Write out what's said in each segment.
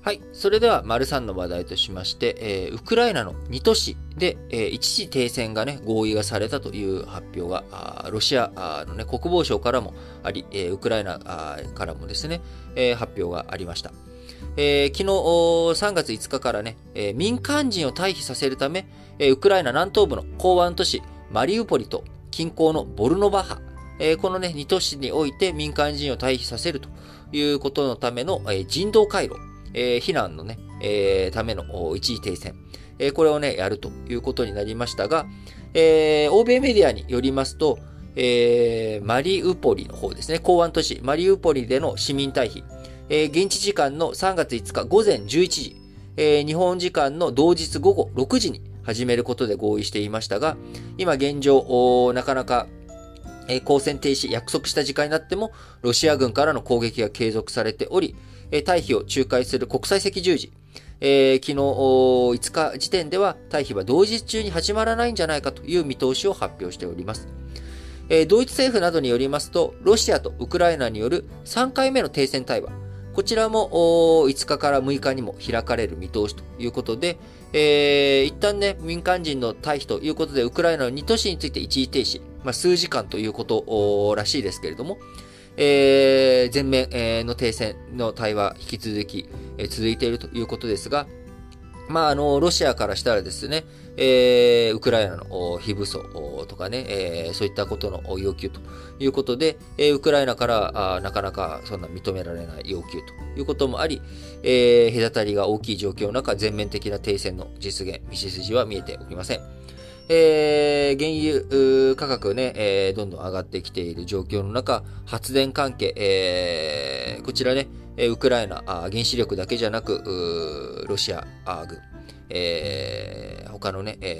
はい。それでは、丸3の話題としまして、ウクライナの2都市で、一時停戦がね、合意がされたという発表が、ロシアのね、国防省からもあり、ウクライナからもですね、発表がありました。昨日3月5日からね、民間人を退避させるため、ウクライナ南東部の港湾都市マリウポリと近郊のボルノバハ、このね、2都市において民間人を退避させるということのための、人道回廊、避難のね、ための一時停戦、これをね、やるということになりましたが、欧米メディアによりますと、マリウポリの方ですね、港湾都市マリウポリでの市民退避、現地時間の3月5日午前11時、日本時間の同日午後6時に始めることで合意していましたが、今現状、なかなか交戦停止約束した時間になっても、ロシア軍からの攻撃が継続されており、退避を仲介する国際赤十字、昨日5日時点では退避は同日中に始まらないんじゃないかという見通しを発表しております。ドイツ政府などによりますと、ロシアとウクライナによる3回目の停戦対話、こちらも5日から6日にも開かれる見通しということで、一旦ね、民間人の退避ということで、ウクライナの2都市について一時停止、数時間ということらしいですけれども、全面の停戦の対話、引き続き続いているということですが、ロシアからしたらですね、ウクライナの非武装とかね、そういったことの要求ということで、ウクライナからなかなかそんな認められない要求ということもあり、隔たりが大きい状況の中、全面的な停戦の実現、道筋は見えておりません。原油価格ね、どんどん上がってきている状況の中、発電関係、こちらね、ウクライナ、原子力だけじゃなく、ロシア軍、他のね、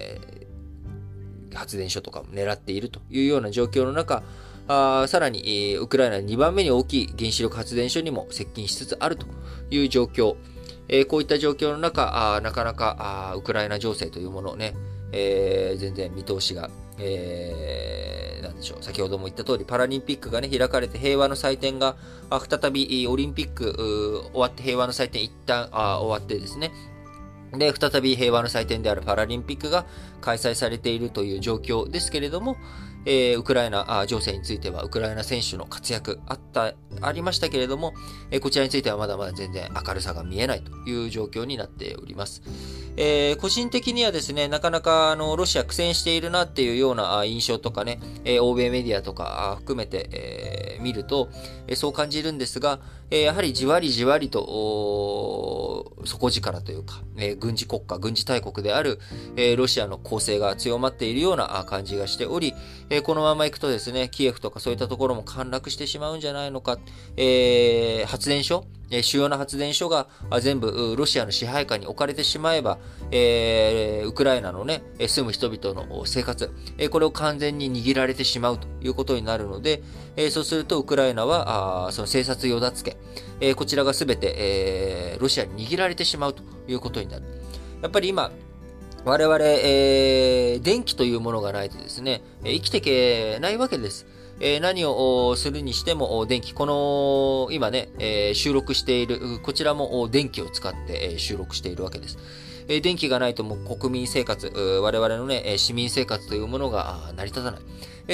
発電所とかも狙っているというような状況の中、さらに、ウクライナ2番目に大きい原子力発電所にも接近しつつあるという状況。こういった状況の中、なかなかウクライナ情勢というものをね、全然見通しが、なんでしょう。先ほども言った通り、パラリンピックがね、開かれて平和の祭典が、再びオリンピック終わって平和の祭典一旦終わってですね、で、再び平和の祭典であるパラリンピックが開催されているという状況ですけれども、ウクライナ情勢については、ウクライナ選手の活躍ありましたけれども、こちらについてはまだまだ全然明るさが見えないという状況になっております。個人的にはですね、なかなかロシア苦戦しているなっていうような印象とかね、欧米メディアとか含めて、見ると、そう感じるんですが、やはりじわりじわりと底力というか、軍事国家、軍事大国である、ロシアの攻勢が強まっているような感じがしており、このままいくとですね、キエフとかそういったところも陥落してしまうんじゃないのか、発電所、主要な発電所が全部ロシアの支配下に置かれてしまえば、ウクライナのね、住む人々の生活、これを完全に握られてしまうということになるので、そうするとウクライナはその生殺与奪権、こちらがすべて、ロシアに握られてしまうということになる。やっぱり今、我々、電気というものがないとですね、生きていけないわけです。何をするにしても電気、この今ね、収録しているこちらも電気を使って収録しているわけです。電気がないともう国民生活、我々のね、市民生活というものが成り立たない。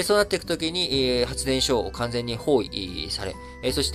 そうなっていくときに、発電所を完全に包囲され、そして、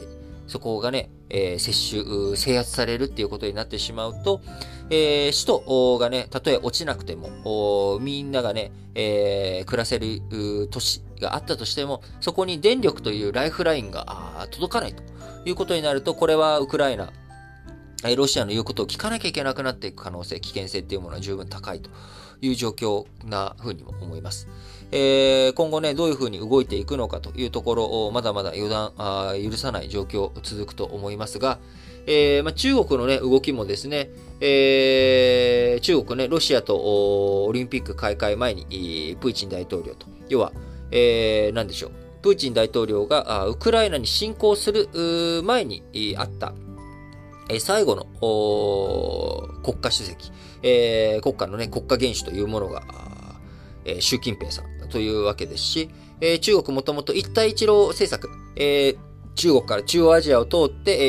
そこがね、制圧されるっていうことになってしまうと、首都がね、たとえ落ちなくても、みんながね、暮らせる都市があったとしても、そこに電力というライフラインが届かないということになると、これはウクライナ、ロシアの言うことを聞かなきゃいけなくなっていく可能性、危険性っていうものは十分高いという状況なふうにも思います。今後ね、どういうふうに動いていくのかというところを、まだまだ予断許さない状況続くと思いますが、中国のね、動きもですね、中国ね、ロシアとオリンピック開会前に、プーチン大統領と、要は、何でしょう、プーチン大統領がウクライナに侵攻する前にあった、最後の国家主席、国家のね、国家元首というものが、習近平さんというわけですし、中国もともと一帯一路政策、 中国から中央アジアを通って、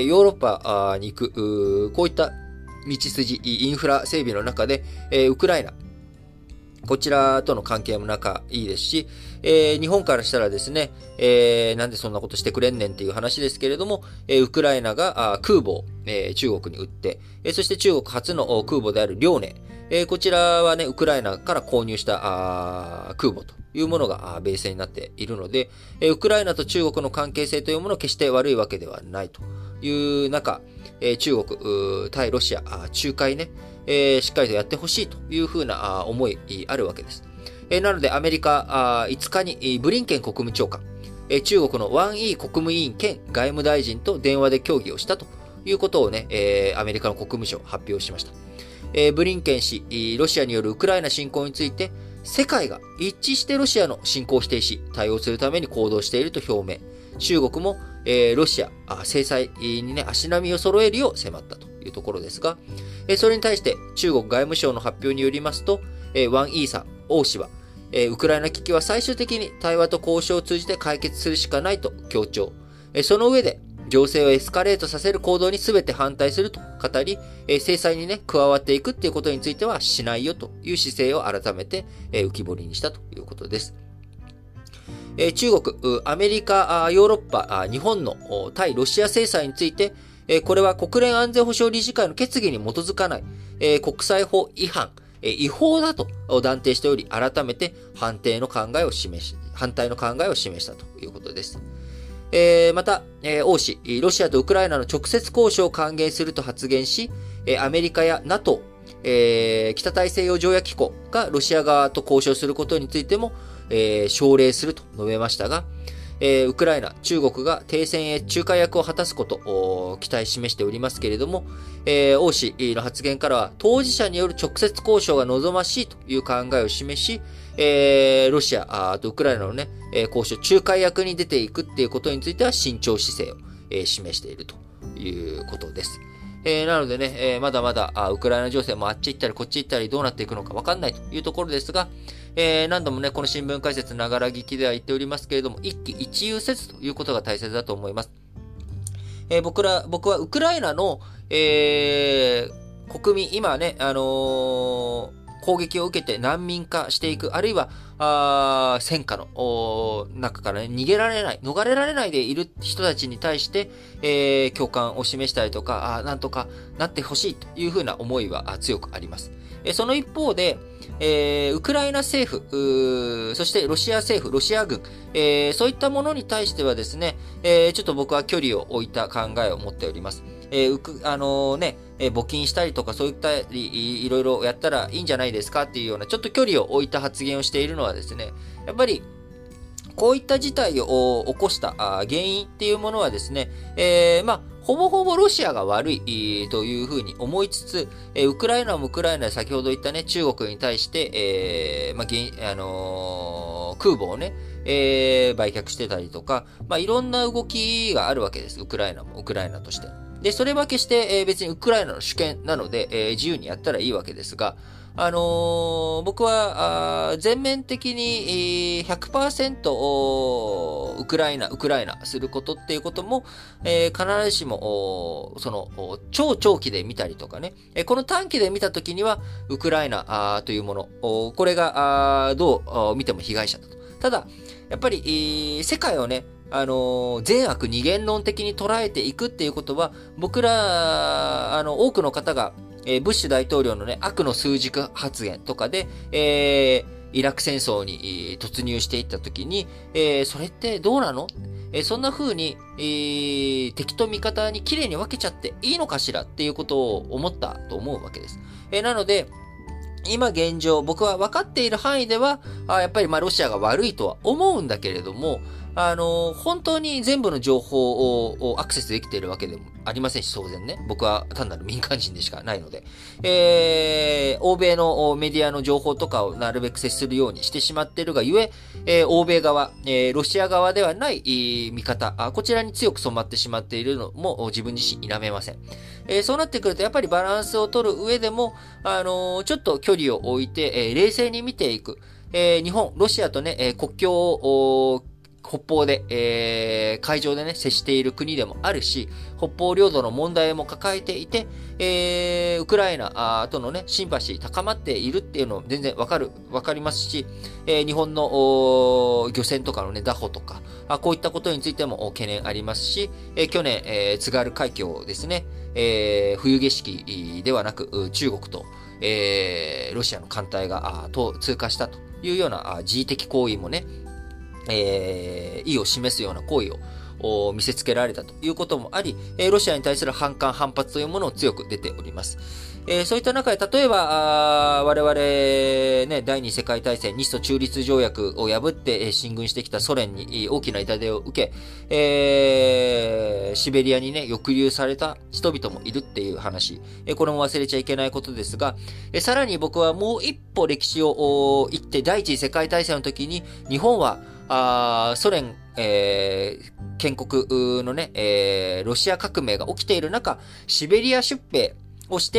ヨーロッパに行く、こういった道筋、インフラ整備の中で、ウクライナ、こちらとの関係も仲いいですし、日本からしたらですね、なんでそんなことしてくれんねんっていう話ですけれども、ウクライナが空母を、中国に撃って、そして中国初の空母である遼寧、こちらはね、ウクライナから購入した空母というものがベースになっているので、ウクライナと中国の関係性というものは決して悪いわけではないという中、中国、対ロシア、仲介ね、しっかりとやってほしいというふうな思いあるわけです。なのでアメリカ5日にブリンケン国務長官、中国のワン・イー国務委員兼外務大臣と電話で協議をしたということをね、アメリカの国務省発表しました。ブリンケン氏、ロシアによるウクライナ侵攻について、世界が一致してロシアの侵攻を否定し、対応するために行動していると表明。中国も、ロシア、制裁にね、足並みを揃えるよう迫ったというところですが、それに対して中国外務省の発表によりますと、ワン・イーさん、王氏は、ウクライナ危機は最終的に対話と交渉を通じて解決するしかないと強調。その上で、情勢をエスカレートさせる行動に全て反対すると語り、制裁にね、加わっていくっていうことについてはしないよという姿勢を改めて浮き彫りにしたということです。中国、アメリカ、ヨーロッパ、日本の対ロシア制裁について、これは国連安全保障理事会の決議に基づかない、国際法違反、違法だと断定しており、改めて反対の考えを示したということです。また、王氏、ロシアとウクライナの直接交渉を歓迎すると発言し、アメリカや NATO、北大西洋条約機構がロシア側と交渉することについても、奨励すると述べましたが、ウクライナ、中国が停戦へ仲介役を果たすことを期待示しておりますけれども、王氏の発言からは当事者による直接交渉が望ましいという考えを示し、ロシアとウクライナのね、交渉、仲介役に出ていくっていうことについては慎重姿勢を、示しているということです。なのでね、まだまだウクライナ情勢もあっち行ったりこっち行ったりどうなっていくのかわかんないというところですが、何度もね、この新聞解説ながら聞きでは言っておりますけれども、一喜一憂せずということが大切だと思います。僕はウクライナの、国民、今ね、攻撃を受けて難民化していく、あるいは、戦火の中から、ね、逃げられない、逃れられないでいる人たちに対して、共感を示したりとか、なんとかなってほしいというふうな思いは強くあります。その一方で、ウクライナ政府、そしてロシア政府、ロシア軍、そういったものに対してはですね、ちょっと僕は距離を置いた考えを持っております。募金したりとかそういったいろいろやったらいいんじゃないですかっていうようなちょっと距離を置いた発言をしているのはですね、やっぱりこういった事態を起こした原因っていうものはですね、ほぼほぼロシアが悪いというふうに思いつつ、ウクライナもウクライナで先ほど言ったね、中国に対して、空母をね、売却してたりとか、いろんな動きがあるわけです。ウクライナもウクライナとして。で、それは決して、別にウクライナの主権なので、自由にやったらいいわけですが、僕は、全面的に、100% ウクライナすることっていうことも、必ずしも、超長期で見たりとかね、この短期で見たときには、ウクライナというもの、これが、どう見ても被害者だと。ただ、やっぱり、世界をね、善悪二元論的に捉えていくっていうことは、僕ら、多くの方が、ブッシュ大統領のね、悪の数軸発言とかで、イラク戦争に突入していったときに、それってどうなの？そんな風に、敵と味方に綺麗に分けちゃっていいのかしらっていうことを思ったと思うわけです。なので、今現状、僕は分かっている範囲では、やっぱりロシアが悪いとは思うんだけれども、本当に全部の情報をアクセスできているわけでもありませんし、当然ね。僕は単なる民間人でしかないので。欧米のメディアの情報とかをなるべく接するようにしてしまっているがゆえ、欧米側、ロシア側ではない見方、こちらに強く染まってしまっているのも自分自身否めません。そうなってくると、やっぱりバランスを取る上でも、ちょっと距離を置いて、冷静に見ていく。日本、ロシアとね、国境を北方で、海上でね、接している国でもあるし、北方領土の問題も抱えていて、ウクライナとのね、シンパシー高まっているっていうのも全然わかりますし、日本の漁船とかのね、拿捕とか、こういったことについても懸念ありますし、去年、津軽海峡ですね、冬景色ではなく、中国と、ロシアの艦隊が通過したというような示威的行為もね、意を示すような行為を見せつけられたということもあり、ロシアに対する反発というものを強く出ております。そういった中で、例えば、我々、ね、第二次世界大戦、日ソ中立条約を破って、進軍してきたソ連に大きな痛手を受け、シベリアにね、抑留された人々もいるっていう話。これも忘れちゃいけないことですが、さらに僕はもう一歩歴史を言って、第一次世界大戦の時に、日本は、ソ連、建国のね、ロシア革命が起きている中、シベリア出兵をして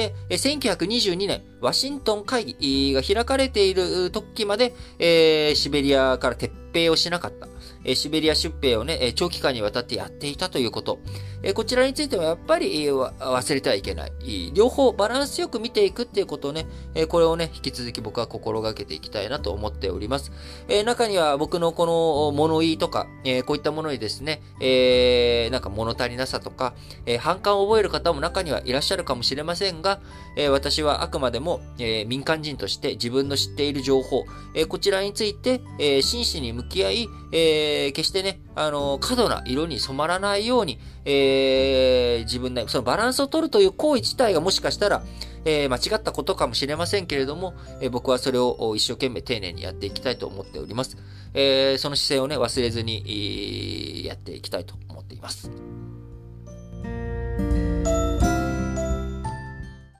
、1922年、ワシントン会議が開かれている時まで、シベリアから撤兵をしなかった。シベリア出兵をね、長期間にわたってやっていたということ。こちらについてはやっぱり忘れてはいけない。両方バランスよく見ていくっていうことをね、これをね、引き続き僕は心がけていきたいなと思っております。中には僕のこの物言いとか、こういったものにですね、なんか物足りなさとか、反感を覚える方も中にはいらっしゃるかもしれませんが、私はあくまでも、民間人として自分の知っている情報、こちらについて、真摯に向き合い、決してね、過度な色に染まらないように、自分でそのバランスを取るという行為自体がもしかしたら、間違ったことかもしれませんけれども、僕はそれを一生懸命丁寧にやっていきたいと思っております。その姿勢をね、忘れずに、やっていきたいと思っています。